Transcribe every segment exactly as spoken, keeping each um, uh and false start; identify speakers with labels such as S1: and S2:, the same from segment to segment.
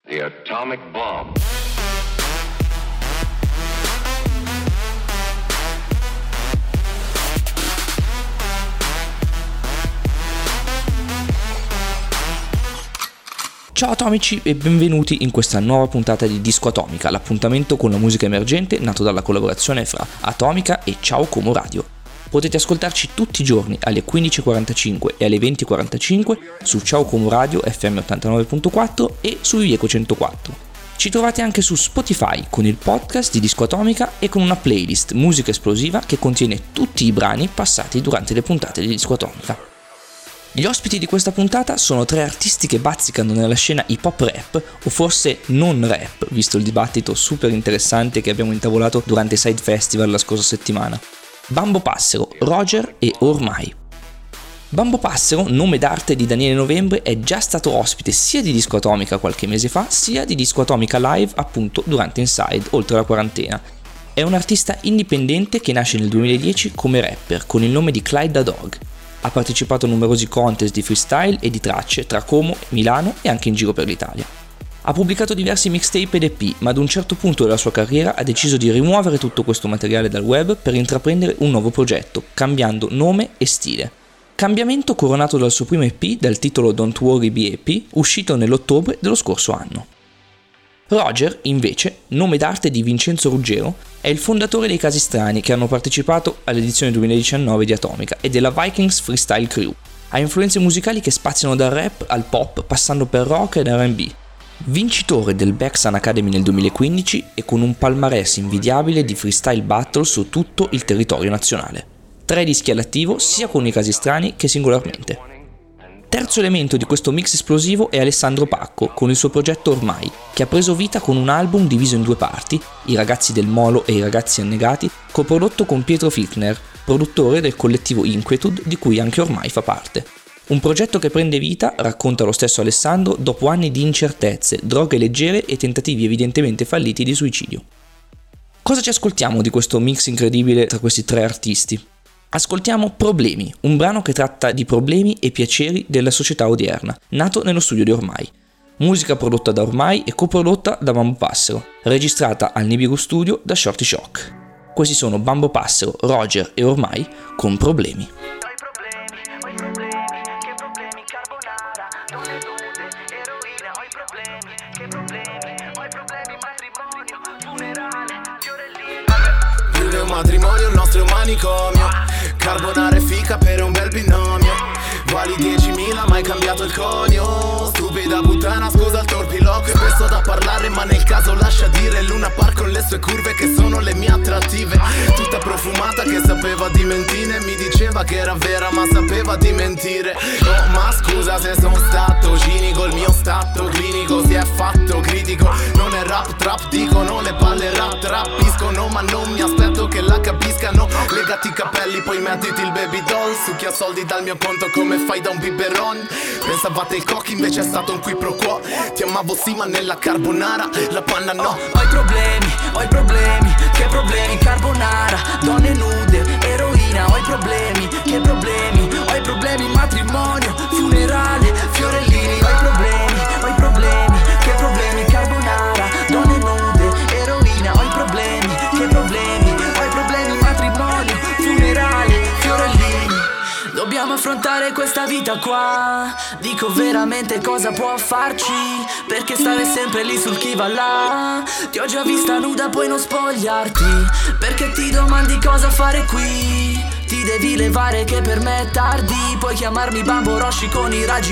S1: The atomic bomb.
S2: Ciao atomici e benvenuti in questa nuova puntata di Disco Atomica, l'appuntamento con la musica emergente nato dalla collaborazione fra Atomica e Ciao Como Radio. Potete ascoltarci tutti i giorni alle quindici e quarantacinque e alle venti e quarantacinque su Ciao Como Radio F M ottantanove virgola quattro e su Vieco centoquattro. Ci trovate anche su Spotify con il podcast di Disco Atomica e con una playlist musica esplosiva che contiene tutti i brani passati durante le puntate di Disco Atomica. Gli ospiti di questa puntata sono tre artisti che bazzicano nella scena hip hop rap, o forse non rap, visto il dibattito super interessante che abbiamo intavolato durante Side Festival la scorsa settimana. Bambo Passero, Roger e Ormai. Bambo Passero, nome d'arte di Daniele Novembre, è già stato ospite sia di Disco Atomica qualche mese fa, sia di Disco Atomica Live appunto durante Inside, oltre la quarantena. È un artista indipendente che nasce nel duemiladieci come rapper, con il nome di Clyde da Dog. Ha partecipato a numerosi contest di freestyle e di tracce tra Como, Milano e anche in giro per l'Italia. Ha pubblicato diversi mixtape ed E P, ma ad un certo punto della sua carriera ha deciso di rimuovere tutto questo materiale dal web per intraprendere un nuovo progetto, cambiando nome e stile. Cambiamento coronato dal suo primo E P dal titolo Don't Worry B A P, uscito nell'ottobre dello scorso anno. Roger, invece, nome d'arte di Vincenzo Ruggero, è il fondatore dei Casi Strani che hanno partecipato all'edizione duemiladiciannove di Atomica e della Vikings Freestyle Crew. Ha influenze musicali che spaziano dal rap al pop, passando per rock ed R and B. Vincitore del Bexan Academy nel duemilaquindici e con un palmarès invidiabile di freestyle battle su tutto il territorio nazionale. Tre dischi all'attivo sia con i Casi Strani che singolarmente. Terzo elemento di questo mix esplosivo è Alessandro Pacco con il suo progetto Ormai, che ha preso vita con un album diviso in due parti, I ragazzi del Molo e I ragazzi annegati, coprodotto con Pietro Fichtner, produttore del collettivo Inquietud di cui anche Ormai fa parte. Un progetto che prende vita, racconta lo stesso Alessandro, dopo anni di incertezze, droghe leggere e tentativi evidentemente falliti di suicidio. Cosa ci ascoltiamo di questo mix incredibile tra questi tre artisti? Ascoltiamo Problemi, un brano che tratta di problemi e piaceri della società odierna, nato nello studio di Ormai. Musica prodotta da Ormai e coprodotta da Bambo Passero, registrata al Nibiru Studio da Shorty Shock. Questi sono Bambo Passero, Roger e Ormai con Problemi.
S3: Più che un matrimonio il nostro è un manicomio. Carbonara e fica per un bel binomio. Vali diecimila ma hai cambiato il conio. Stupida puttana scusa il torpiloquio. Spesso da parlare ma nel caso lascia dire. Luna Park con le sue curve che sono le mie attrattive. Tutta profumata che sapeva di mentire. Mi diceva che era vera ma sapeva di mentire. Oh ma scusa se sono stato cinico. Il mio stato clinico si è fatto critico. Non è rap trap dicono le palle rap trappiscono. Ma non mi aspetto che la capiscano. Legati i capelli poi mettiti il baby doll. Succhia soldi dal mio conto come fai da un biberon. Pensavate il cock invece è stato un qui pro quo. Ti amavo sì ma nella carbonara la panna no.
S4: Ho i problemi, ho i problemi, che problemi, carbonara, donne nude, eroina. Ho i problemi, che problemi, ho i problemi, matrimonio, funerale, fiorellini. Ho i problemi, ho i problemi, che problemi, carbonara, donne nude, eroina. Ho i problemi, che problemi, ho i problemi, matrimonio, funerale, fiorellini. Dobbiamo affrontare questa vita qua. Dico veramente cosa può farci, perché stare sempre lì sul chi va là. Ti ho già vista nuda puoi non spogliarti, perché ti domandi cosa fare qui. Ti devi levare che per me è tardi. Puoi chiamarmi Bambo Roshi con i raggi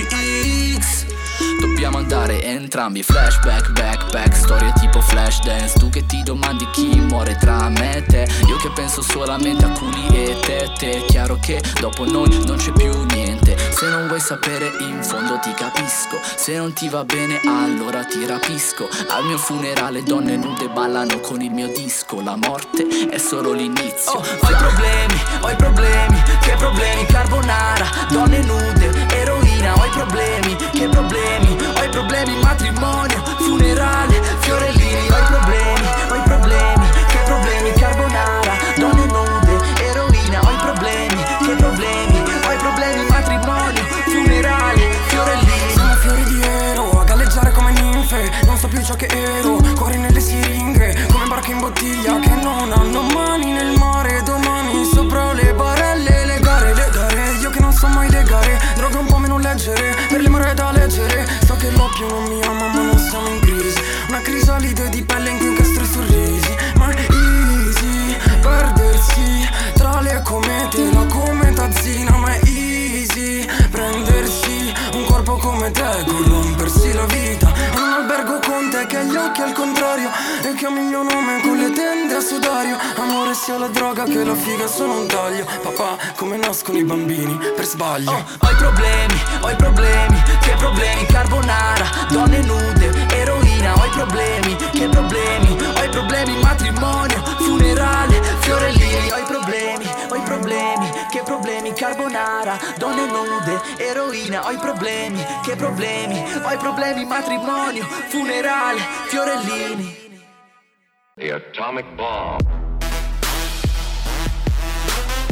S4: X. Dobbiamo andare entrambi, flashback, backpack, storie tipo flash dance. Tu che ti domandi chi muore tra me e te, io che penso solamente a culi e tette. Chiaro che dopo noi non c'è più niente. Se non vuoi sapere in fondo ti capisco. Se non ti va bene allora ti rapisco. Al mio funerale donne nude ballano con il mio disco. La morte è solo l'inizio. Oh, ho i problemi, ho i problemi, che problemi, carbonara, donne nude, eroina. Ho i problemi, che problemi, ho i problemi, matrimonio, funerale, fiorellini. Ho i problemi, ho i problemi, che problemi, carbonara, donne nude, eroina. Ho i problemi, che problemi, ho i problemi, matrimonio, funerale, fiorellini. Sono fiori di ero a galleggiare come ninfe. Non so più
S1: ciò che ero, cuori nelle siringhe, come barche in bottiglia che non hanno mani nel mare. Domani sopra le barelle, le gare, le gare, io che non so mai legare, droga un po' meno leggere, per le maree da leggere. So che l'oppio non mi ama ma non siamo in crisi, una crisalide di pelle in cui incastro i sorrisi. Ma è easy perdersi tra le comete, la cometazzina. Ma è easy prendersi un corpo come te, corrompersi la vita in un albergo con te che ha gli occhi al contrario e chiami il mio nome con le tende a sudario. Amore sia la droga che la figa sono un taglio. Papà, come nascono i bambini per sbaglio.
S4: Oh, ho i problemi, ho i problemi, che problemi, carbonara, donne nude, eroina. Ho i problemi, che problemi, ho i problemi, matrimonio, funerale, fiorellini. Ho i problemi, ho i problemi, che problemi, carbonara, donne nude, eroina. Ho i problemi, che problemi, ho i problemi, matrimonio, funerale, fiorellini.
S5: The atomic bomb.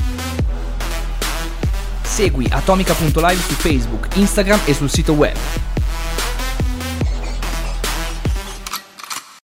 S2: Segui atomica punto live su Facebook, Instagram e sul sito web.